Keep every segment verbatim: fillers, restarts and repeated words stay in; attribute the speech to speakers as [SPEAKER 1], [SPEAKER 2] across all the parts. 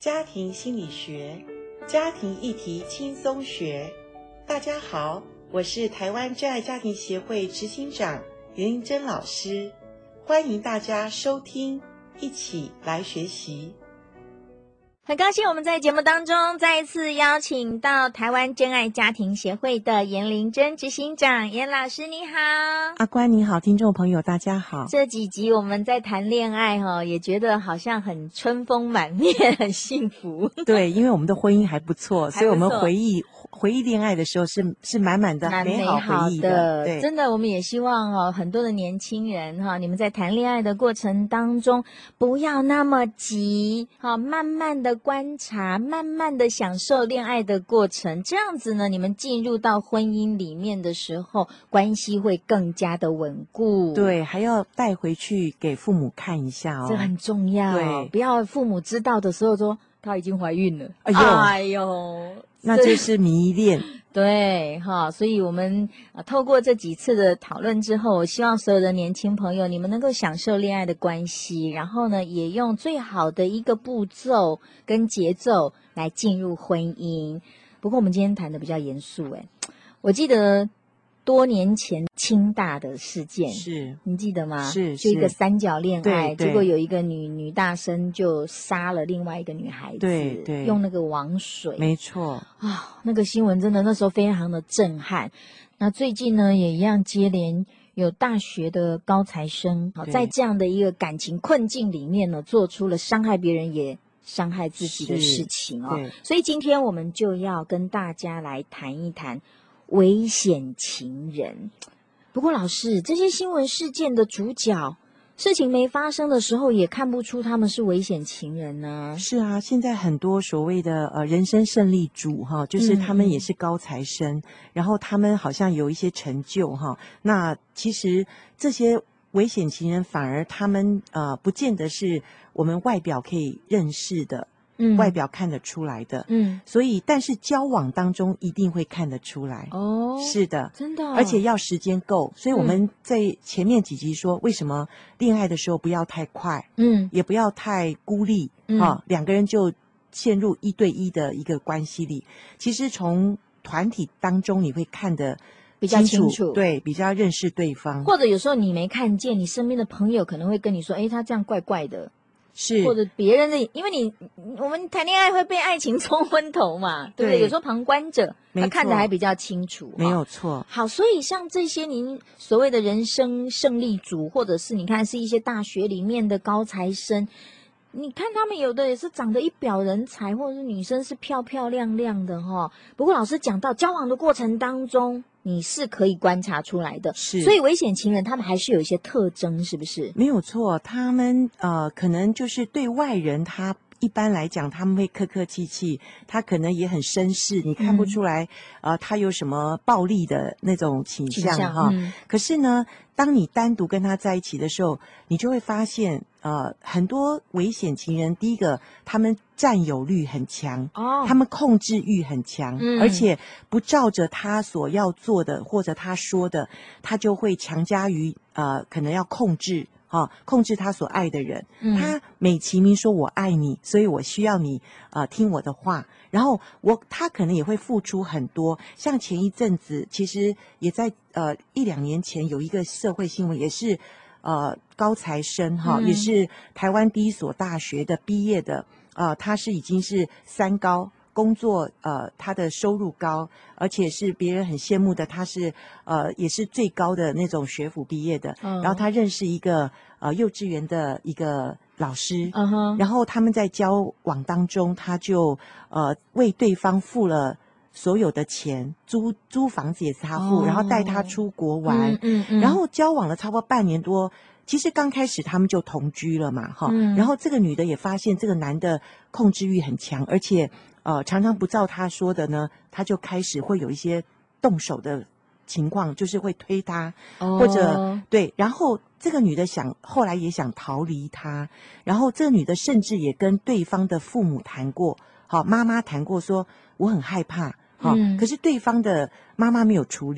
[SPEAKER 1] 家庭心理学，家庭议题轻松学。大家好，我是台湾真爱家庭协会执行长严玲珍老师，欢迎大家收听，一起来学习。
[SPEAKER 2] 很高兴我们在节目当中再一次邀请到台湾真爱家庭协会的严玲珍执行长。严老师你好。
[SPEAKER 1] 阿关你好，听众朋友大家好。
[SPEAKER 2] 这几集我们在谈恋爱齁，也觉得好像很春风满面，很幸福。
[SPEAKER 1] 对，因为我们的婚姻还不错，所以我们回忆回忆恋爱的时候是是满满的美好回忆的。对，
[SPEAKER 2] 真的我们也希望哦，很多的年轻人哈，你们在谈恋爱的过程当中不要那么急哈，慢慢的观察，慢慢的享受恋爱的过程，这样子呢，你们进入到婚姻里面的时候，关系会更加的稳固。
[SPEAKER 1] 对，还要带回去给父母看一下哦，
[SPEAKER 2] 这很重要。
[SPEAKER 1] 对，
[SPEAKER 2] 不要父母知道的时候说她已经怀孕了。
[SPEAKER 1] 哎呦，
[SPEAKER 2] 哎呦，
[SPEAKER 1] 那这是迷恋。
[SPEAKER 2] 对哈，所以我们、呃、透过这几次的讨论之后，我希望所有的年轻朋友，你们能够享受恋爱的关系，然后呢，也用最好的一个步骤跟节奏来进入婚姻。不过我们今天谈的比较严肃，诶，我记得多年前清大的事件，
[SPEAKER 1] 是
[SPEAKER 2] 你记得吗？
[SPEAKER 1] 是，
[SPEAKER 2] 就一个三角恋爱，
[SPEAKER 1] 结
[SPEAKER 2] 果有一个女女大生就杀了另外一个女孩子，
[SPEAKER 1] 对对，
[SPEAKER 2] 用那个王水，
[SPEAKER 1] 没错
[SPEAKER 2] 啊，那个新闻真的那时候非常的震撼。那最近呢，也一样接连有大学的高材生，在这样的一个感情困境里面呢，做出了伤害别人也伤害自己的事情哦。所以今天我们就要跟大家来谈一谈危险情人。不过老师，这些新闻事件的主角，事情没发生的时候也看不出他们是危险情人呢？
[SPEAKER 1] 是啊，现在很多所谓的呃人生胜利组哈，就是他们也是高材生，嗯、然后他们好像有一些成就哈。那其实这些危险情人反而他们呃不见得是我们外表可以认识的。嗯，外表看得出来的，嗯，所以但是交往当中一定会看得出来哦，是的，
[SPEAKER 2] 真的、哦，
[SPEAKER 1] 而且要时间够，所以我们在前面几集说，为什么恋爱的时候不要太快，嗯，也不要太孤立，嗯、啊，两个人就陷入一对一的一个关系里，其实从团体当中你会看得
[SPEAKER 2] 比较清楚，
[SPEAKER 1] 对，比较认识对方，
[SPEAKER 2] 或者有时候你没看见，你身边的朋友可能会跟你说，诶，他这样怪怪的。
[SPEAKER 1] 是，
[SPEAKER 2] 或者别人的，因为你我们谈恋爱会被爱情冲昏头嘛，对不对？有时候旁观者他看得还比较清楚，
[SPEAKER 1] 没有错。
[SPEAKER 2] 好，所以像这些您所谓的人生胜利组，或者是你看是一些大学里面的高材生，你看他们有的也是长得一表人才，或者是女生是漂漂亮亮的哈。不过老师讲到交往的过程当中，你是可以观察出来的，
[SPEAKER 1] 是，
[SPEAKER 2] 所以危险情人他们还是有一些特征，是不是？
[SPEAKER 1] 没有错，他们呃，可能就是对外人他。一般来讲，他们会客客气气，他可能也很绅士，你看不出来，嗯、呃，他有什么暴力的那种倾向哈。嗯、可是呢，当你单独跟他在一起的时候，你就会发现，呃，很多危险情人，第一个，他们占有欲很强，哦，他们控制欲很强，嗯、而且不照着他所要做的或者他说的，他就会强加于呃，可能要控制。啊，控制他所爱的人，嗯、他美其名说我爱你，所以我需要你呃听我的话，然后我他可能也会付出很多。像前一阵子，其实也在呃一两年前有一个社会新闻，也是呃高材生哈，嗯、也是台湾第一所大学的毕业的，呃，他是已经是三高。工作呃，他的收入高，而且是别人很羡慕的。他是呃，也是最高的那种学府毕业的。嗯、然后他认识一个呃幼稚园的一个老师，嗯哼，然后他们在交往当中，他就呃为对方付了所有的钱，租租房子也是他付，哦、然后带他出国玩，嗯嗯嗯，然后交往了差不多半年多。其实刚开始他们就同居了嘛，哈、嗯，然后这个女的也发现这个男的控制欲很强，而且呃常常不照他说的呢，他就开始会有一些动手的情况，就是会推他，哦、或者对，然后这个女的想后来也想逃离他，然后这个女的甚至也跟对方的父母谈过，好，妈妈谈过说我很害怕，好，嗯、可是对方的妈妈没有处理。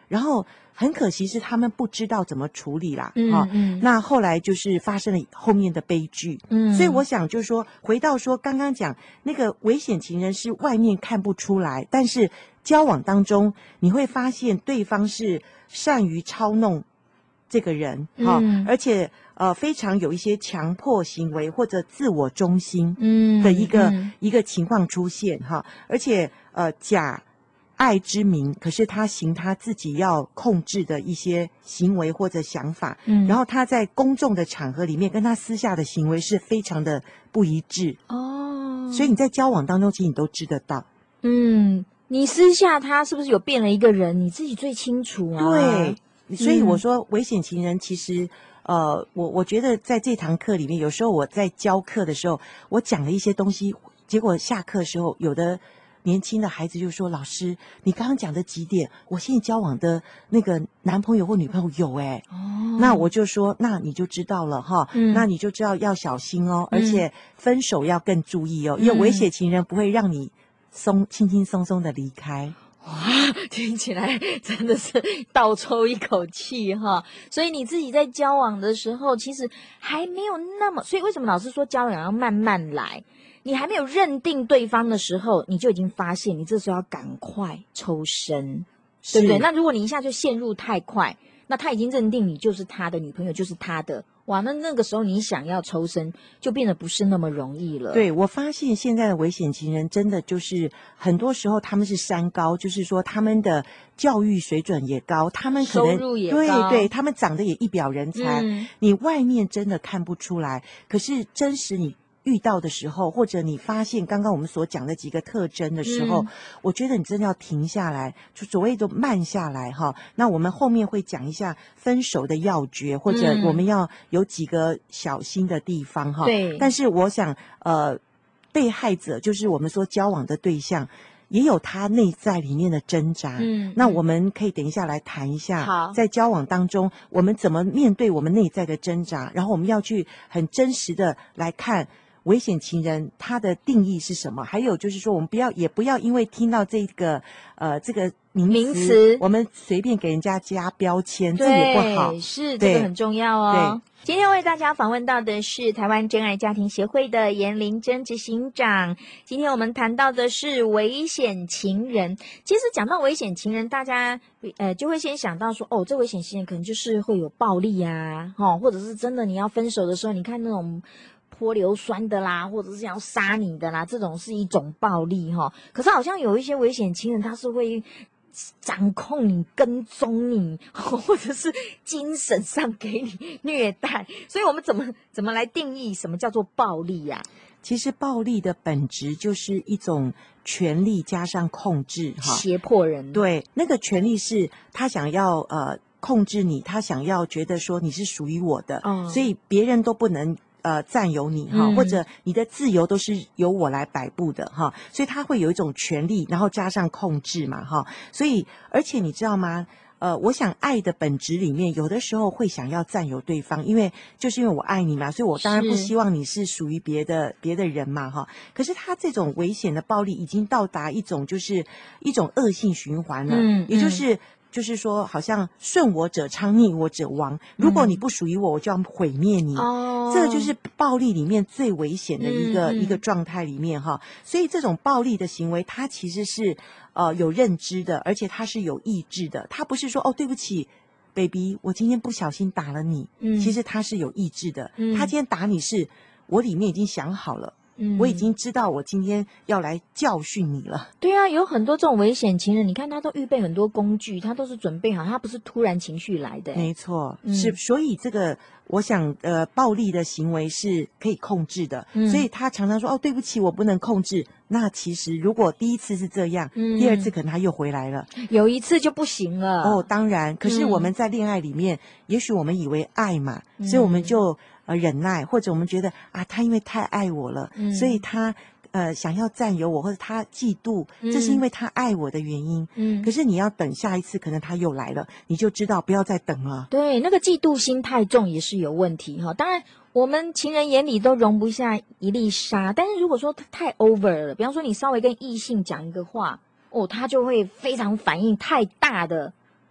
[SPEAKER 1] 然后很可惜是他们不知道怎么处理啦，
[SPEAKER 2] 嗯
[SPEAKER 1] 哈、
[SPEAKER 2] 嗯
[SPEAKER 1] 那后来就是发生了后面的悲剧，
[SPEAKER 2] 嗯，
[SPEAKER 1] 所以我想就是说，回到说刚刚讲那个危险情人是外面看不出来，但是交往当中你会发现对方是善于操弄这个人，哈、
[SPEAKER 2] 嗯
[SPEAKER 1] 而且呃非常有一些强迫行为或者自我中心
[SPEAKER 2] 嗯
[SPEAKER 1] 的一个、
[SPEAKER 2] 嗯
[SPEAKER 1] 一个情况出现哈，而且呃假爱之名，可是他行他自己要控制的一些行为或者想法，
[SPEAKER 2] 嗯
[SPEAKER 1] 然后他在公众的场合里面跟他私下的行为是非常的不一致，
[SPEAKER 2] 哦，
[SPEAKER 1] 所以你在交往当中其实你都知得到。
[SPEAKER 2] 嗯，你私下他是不是有变了一个人，你自己最清楚啊。
[SPEAKER 1] 对，所以
[SPEAKER 2] 嗯
[SPEAKER 1] 我说危险情人其实。呃，我我觉得在这堂课里面，有时候我在教课的时候，我讲了一些东西，结果下课的时候，有的年轻的孩子就说：“老师，你刚刚讲的几点，我现在交往的那个男朋友或女朋友有哎。”
[SPEAKER 2] 哦，
[SPEAKER 1] 那我就说，那你就知道了哈，
[SPEAKER 2] 嗯
[SPEAKER 1] 那你就知道要小心哦，
[SPEAKER 2] 嗯
[SPEAKER 1] 而且分手要更注意哦，因为
[SPEAKER 2] 嗯
[SPEAKER 1] 危险情人不会让你松轻轻松松的离开。
[SPEAKER 2] 哇，听起来真的是倒抽一口气哈。所以你自己在交往的时候，其实还没有那么，所以为什么老师说交往要慢慢来？你还没有认定对方的时候，你就已经发现，你这时候要赶快抽身，对不对？
[SPEAKER 1] 是
[SPEAKER 2] 那如果你一下就陷入太快，那他已经认定你就是他的女朋友，就是他的，哇，那那个时候你想要抽身，就变得不是那么容易了。，
[SPEAKER 1] 对，我发现现在的危险情人真的就是很多时候他们是山高，就是说他们的教育水准也高，他们可能
[SPEAKER 2] 收入也高
[SPEAKER 1] 对对，他们长得也一表人才，
[SPEAKER 2] 嗯
[SPEAKER 1] 你外面真的看不出来，可是真实你遇到的时候，或者你发现刚刚我们所讲的几个特征的时候，
[SPEAKER 2] 嗯
[SPEAKER 1] 我觉得你真的要停下来，就所谓的慢下来哈。那我们后面会讲一下分手的要诀，或者
[SPEAKER 2] 嗯
[SPEAKER 1] 我们要有几个小心的地方哈。
[SPEAKER 2] 对
[SPEAKER 1] 但是我想，呃，被害者就是我们说交往的对象，也有他内在里面的挣扎。
[SPEAKER 2] 嗯嗯
[SPEAKER 1] 那我们可以等一下来谈一下，
[SPEAKER 2] 好
[SPEAKER 1] 在交往当中，我们怎么面对我们内在的挣扎，然后我们要去很真实的来看危险情人他的定义是什么？还有就是说，我们不要也不要因为听到这个呃这个名词，
[SPEAKER 2] 名词
[SPEAKER 1] 我们随便给人家加标签，这也不好。
[SPEAKER 2] 对，是
[SPEAKER 1] 对
[SPEAKER 2] 这个很重要哦。今天为大家访问到的是台湾真爱家庭协会的严玲珍执行长。今天我们谈到的是危险情人。其实讲到危险情人，大家呃就会先想到说，哦，这危险情人可能就是会有暴力啊，哦，或者是真的你要分手的时候，你看那种泼硫酸的啦，或者是想要杀你的啦，这种是一种暴力哈、哦。可是好像有一些危险情人，他是会掌控你、跟踪你，或者是精神上给你虐待，所以我们怎么怎么来定义什么叫做暴力呀、
[SPEAKER 1] 其实暴力的本质就是一种权力加上控制，哈，
[SPEAKER 2] 胁迫人，
[SPEAKER 1] 对，那个权力是他想要呃控制你，他想要觉得说你是属于我的，
[SPEAKER 2] 哦
[SPEAKER 1] 所以别人都不能呃占有你哈，
[SPEAKER 2] 嗯
[SPEAKER 1] 或者你的自由都是由我来摆布的哈，所以他会有一种权力，然后加上控制嘛哈，所以而且你知道吗？呃，我想爱的本质里面，有的时候会想要占有对方，因为就是因为我爱你嘛，所以我当然不
[SPEAKER 2] 是
[SPEAKER 1] 希望你是属于别的别的人嘛，哈。可是他这种危险的暴力已经到达一种就是一种恶性循环了，
[SPEAKER 2] 嗯
[SPEAKER 1] 也就是。就是说，好像顺我者昌，逆我者亡。如果你不属于我，我就要毁灭你。
[SPEAKER 2] 哦，
[SPEAKER 1] 这个就是暴力里面最危险的一个、
[SPEAKER 2] 嗯嗯
[SPEAKER 1] 一个状态里面哈。所以这种暴力的行为，它其实是呃有认知的，而且它是有意志的。它不是说哦对不起 ，baby， 我今天不小心打了你。
[SPEAKER 2] 嗯
[SPEAKER 1] 其实它是有意志的。
[SPEAKER 2] 嗯
[SPEAKER 1] 他今天打你是，我里面已经想好了。
[SPEAKER 2] 嗯
[SPEAKER 1] 我已经知道我今天要来教训你了。
[SPEAKER 2] 对啊，有很多这种危险情人，你看他都预备很多工具，他都是准备好，他不是突然情绪来的。
[SPEAKER 1] 没错，
[SPEAKER 2] 嗯
[SPEAKER 1] 是所以这个，我想呃，暴力的行为是可以控制的，
[SPEAKER 2] 嗯
[SPEAKER 1] 所以他常常说哦，对不起，我不能控制。那其实如果第一次是这样，
[SPEAKER 2] 嗯
[SPEAKER 1] 第二次可能他又回来了。
[SPEAKER 2] 有一次就不行了。
[SPEAKER 1] 哦，当然，可是
[SPEAKER 2] 嗯
[SPEAKER 1] 我们在恋爱里面，也许我们以为爱嘛，
[SPEAKER 2] 嗯
[SPEAKER 1] 所以我们就呃忍耐，或者我们觉得啊，他因为太爱我了，
[SPEAKER 2] 嗯
[SPEAKER 1] 所以他呃想要占有我，或者他嫉妒，
[SPEAKER 2] 嗯
[SPEAKER 1] 这是因为他爱我的原因。
[SPEAKER 2] 嗯
[SPEAKER 1] 可是你要等下一次，可能他又来了，你就知道不要再等了。
[SPEAKER 2] 对，那个嫉妒心太重也是有问题哈。当然，我们情人眼里都容不下一粒沙，但是如果说太 over 了，比方说你稍微跟异性讲一个话，哦，他就会非常反应太大的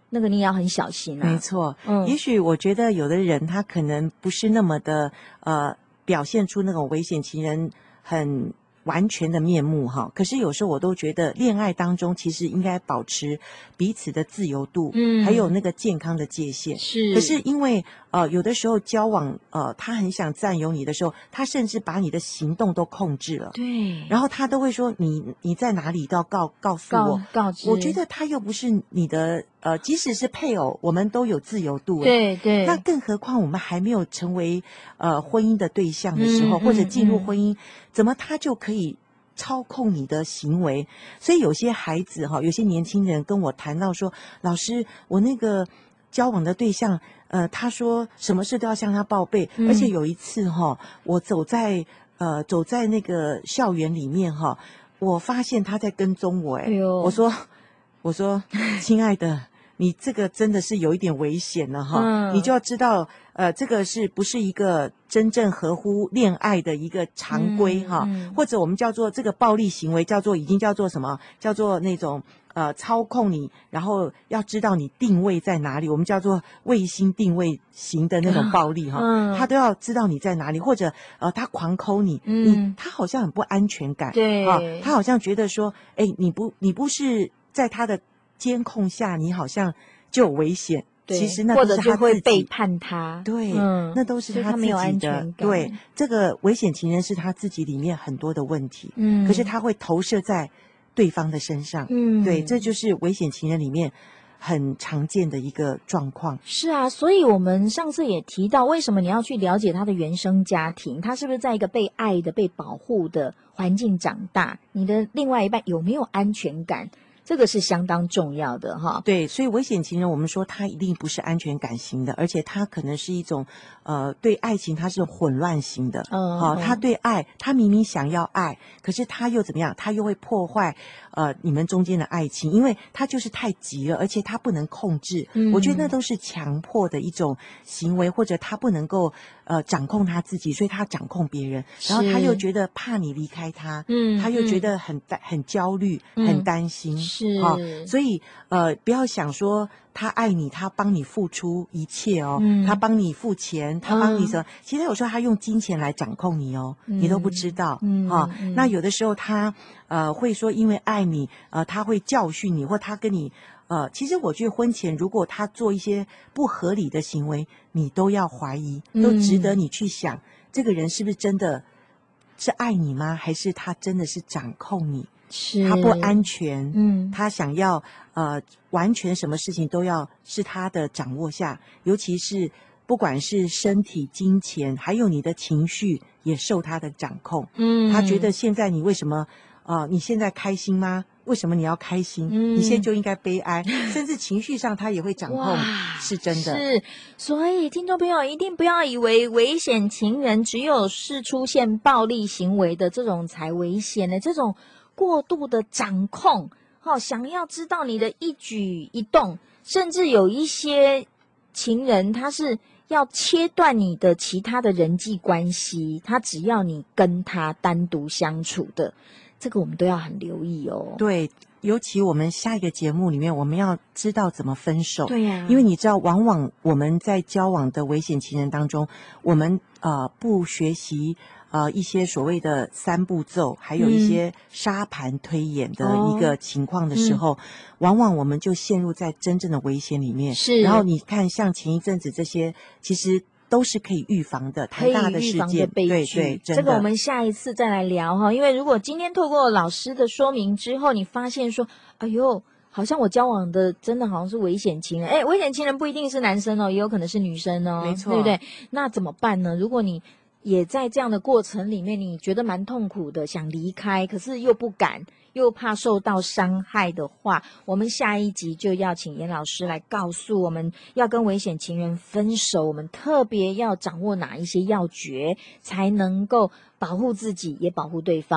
[SPEAKER 2] 那个你也要很小心啊。
[SPEAKER 1] 没错，
[SPEAKER 2] 嗯，
[SPEAKER 1] 也许我觉得有的人他可能不是那么的呃表现出那种危险情人很完全的面目哈，可是有时候我都觉得恋爱当中其实应该保持彼此的自由度，
[SPEAKER 2] 嗯，
[SPEAKER 1] 还有那个健康的界限。
[SPEAKER 2] 是，
[SPEAKER 1] 可是因为呃有的时候交往呃他很想占有你的时候，他甚至把你的行动都控制了，
[SPEAKER 2] 对，
[SPEAKER 1] 然后他都会说你你在哪里都要告告诉
[SPEAKER 2] 告
[SPEAKER 1] 我，
[SPEAKER 2] 告知。
[SPEAKER 1] 我觉得他又不是你的呃，即使是配偶，我们都有自由度，
[SPEAKER 2] 对对，
[SPEAKER 1] 那更何况我们还没有成为呃婚姻的对象的时候，
[SPEAKER 2] 嗯
[SPEAKER 1] 或者进入
[SPEAKER 2] 嗯
[SPEAKER 1] 婚姻，怎么他就可以操控你的行为？所以有些孩子哈，有些年轻人跟我谈到说，老师，我那个交往的对象，呃，他说什么事都要向他报备，
[SPEAKER 2] 嗯
[SPEAKER 1] 而且有一次哈，我走在呃走在那个校园里面哈，我发现他在跟踪我，哎
[SPEAKER 2] 哎呦
[SPEAKER 1] 我说我说，亲爱的。你这个真的是有一点危险了哈，
[SPEAKER 2] 嗯
[SPEAKER 1] 你就要知道，呃，这个是不是一个真正合乎恋爱的一个常规哈、
[SPEAKER 2] 嗯嗯
[SPEAKER 1] 或者我们叫做这个暴力行为，叫做已经叫做什么？叫做那种呃操控你，然后要知道你定位在哪里，我们叫做卫星定位型的那种暴力哈、
[SPEAKER 2] 嗯
[SPEAKER 1] 他都要知道你在哪里，或者呃他狂抠你，
[SPEAKER 2] 嗯
[SPEAKER 1] 你他好像很不安全感，
[SPEAKER 2] 对
[SPEAKER 1] 哈、他好像觉得说，哎，你不你不是在他的监控下，你好像就有危险。
[SPEAKER 2] 对
[SPEAKER 1] 其实那都
[SPEAKER 2] 或者就
[SPEAKER 1] 是他自己
[SPEAKER 2] 会背叛他，
[SPEAKER 1] 对，
[SPEAKER 2] 嗯，
[SPEAKER 1] 那都是
[SPEAKER 2] 所以他
[SPEAKER 1] 自己的。
[SPEAKER 2] 没有安全感，
[SPEAKER 1] 对，这个危险情人是他自己里面很多的问题，
[SPEAKER 2] 嗯，
[SPEAKER 1] 可是他会投射在对方的身上，
[SPEAKER 2] 嗯，
[SPEAKER 1] 对，这就是危险情人里面很常见的一个状况。
[SPEAKER 2] 是啊，所以我们上次也提到，为什么你要去了解他的原生家庭，他是不是在一个被爱的、被保护的环境长大？你的另外一半有没有安全感？这个是相当重要的哈。
[SPEAKER 1] 对，所以危险情人，我们说他一定不是安全感型的，而且他可能是一种呃对爱情他是混乱型的。
[SPEAKER 2] 嗯，
[SPEAKER 1] 好、
[SPEAKER 2] 嗯
[SPEAKER 1] 他对爱，他明明想要爱，可是他又怎么样？他又会破坏呃你们中间的爱情，因为他就是太急了，而且他不能控制。
[SPEAKER 2] 嗯
[SPEAKER 1] 我觉得那都是强迫的一种行为，或者他不能够呃掌控他自己，所以他掌控别人，然后他
[SPEAKER 2] 是
[SPEAKER 1] 又觉得怕你离开他，
[SPEAKER 2] 嗯
[SPEAKER 1] 他又觉
[SPEAKER 2] 嗯
[SPEAKER 1] 得很担很焦虑，
[SPEAKER 2] 嗯
[SPEAKER 1] 很担心。
[SPEAKER 2] 是
[SPEAKER 1] 哈、所以呃，不要想说他爱你，他帮你付出一切哦，
[SPEAKER 2] 嗯
[SPEAKER 1] 他帮你付钱，他帮你什么？其实有时候他用金钱来掌控你哦，
[SPEAKER 2] 嗯
[SPEAKER 1] 你都不知道。
[SPEAKER 2] 嗯
[SPEAKER 1] 哈、
[SPEAKER 2] 嗯
[SPEAKER 1] 那有的时候他呃会说，因为爱你，呃，他会教训你，或他跟你呃，其实我觉得婚前如果他做一些不合理的行为，你都要怀疑，都值得你去想，这个人是不是真的是爱你吗？还是他真的是掌控你？
[SPEAKER 2] 是
[SPEAKER 1] 他不安全，
[SPEAKER 2] 嗯
[SPEAKER 1] 他想要呃完全什么事情都要是他的掌握下，尤其是不管是身体、金钱，还有你的情绪也受他的掌控。
[SPEAKER 2] 嗯，
[SPEAKER 1] 他觉得现在你为什么呃你现在开心吗？为什么你要开心？
[SPEAKER 2] 嗯
[SPEAKER 1] 你现在就应该悲哀，甚至情绪上他也会掌控
[SPEAKER 2] 哇，
[SPEAKER 1] 是真的。
[SPEAKER 2] 是，所以听众朋友一定不要以为危险情人只有是出现暴力行为的这种才危险的，这种过度的掌控，哦，想要知道你的一举一动，甚至有一些情人他是要切断你的其他的人际关系，他只要你跟他单独相处的，这个我们都要很留意哦。
[SPEAKER 1] 对，尤其我们下一个节目里面，我们要知道怎么分手。
[SPEAKER 2] 对呀、
[SPEAKER 1] 因为你知道，往往我们在交往的危险情人当中，我们呃不学习呃一些所谓的三步骤，还有一些沙盘推演的一个情况的时候，往往我们就陷入在真正的危险里面。
[SPEAKER 2] 是
[SPEAKER 1] 然后你看，像前一阵子这些，其实都是可以预防的，
[SPEAKER 2] 可以
[SPEAKER 1] 台大的
[SPEAKER 2] 预防
[SPEAKER 1] 事件，
[SPEAKER 2] 的悲剧，
[SPEAKER 1] 对对，真的
[SPEAKER 2] 这个我们下一次再来聊哈。因为如果今天透过老师的说明之后，你发现说，哎呦，好像我交往的真的好像是危险情人，哎，危险情人不一定是男生哦，也有可能是女生哦，
[SPEAKER 1] 没错
[SPEAKER 2] 对不对？那怎么办呢？如果你也在这样的过程里面，你觉得蛮痛苦的，想离开，可是又不敢，又怕受到伤害的话，我们下一集就要请严老师来告诉我们，要跟危险情人分手，我们特别要掌握哪一些要诀，才能够保护自己，也保护对方。